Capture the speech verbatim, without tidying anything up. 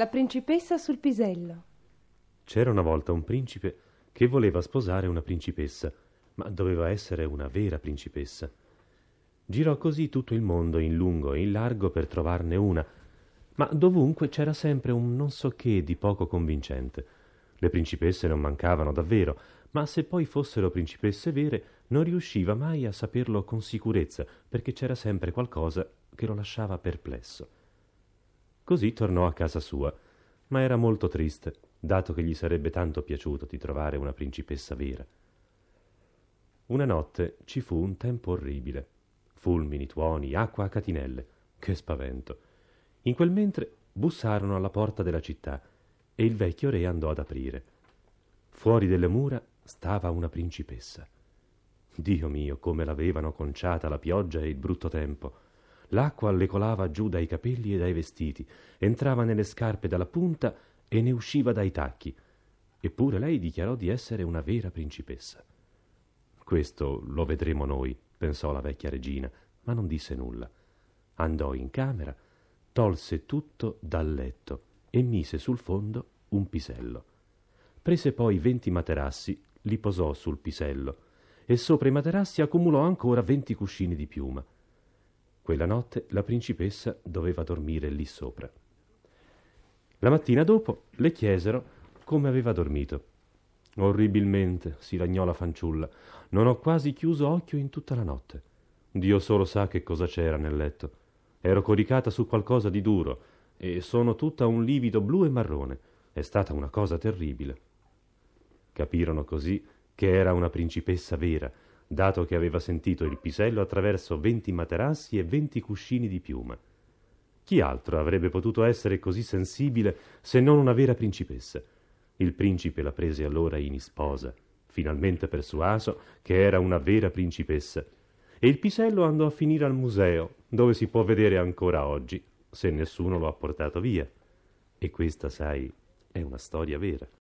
La principessa sul pisello. C'era una volta un principe che voleva sposare una principessa, ma doveva essere una vera principessa. Girò così tutto il mondo in lungo e in largo per trovarne una, ma dovunque c'era sempre un non so che di poco convincente. Le principesse non mancavano davvero, ma se poi fossero principesse vere non riusciva mai a saperlo con sicurezza, perché c'era sempre qualcosa che lo lasciava perplesso. Così tornò a casa sua, ma era molto triste, dato che gli sarebbe tanto piaciuto di trovare una principessa vera. Una notte ci fu un tempo orribile. Fulmini, tuoni, acqua a catinelle. Che spavento! In quel mentre bussarono alla porta della città e il vecchio re andò ad aprire. Fuori delle mura stava una principessa. Dio mio, come l'avevano conciata la pioggia e il brutto tempo! L'acqua le colava giù dai capelli e dai vestiti, entrava nelle scarpe dalla punta e ne usciva dai tacchi. Eppure lei dichiarò di essere una vera principessa. Questo lo vedremo noi, pensò la vecchia regina, ma non disse nulla. Andò in camera, tolse tutto dal letto e mise sul fondo un pisello. Prese poi venti materassi, li posò sul pisello e sopra i materassi accumulò ancora venti cuscini di piuma. Quella notte la principessa doveva dormire lì sopra. La mattina dopo le chiesero come aveva dormito. Orribilmente, si lagnò la fanciulla. Non ho quasi chiuso occhio in tutta la notte. Dio solo sa che cosa c'era nel letto. Ero coricata su qualcosa di duro e sono tutta un livido blu e marrone. È stata una cosa terribile. Capirono così che era una principessa vera, dato che aveva sentito il pisello attraverso venti materassi e venti cuscini di piuma. Chi altro avrebbe potuto essere così sensibile se non una vera principessa? Il principe la prese allora in isposa, finalmente persuaso che era una vera principessa, e il pisello andò a finire al museo, dove si può vedere ancora oggi, se nessuno lo ha portato via. E questa, sai, è una storia vera.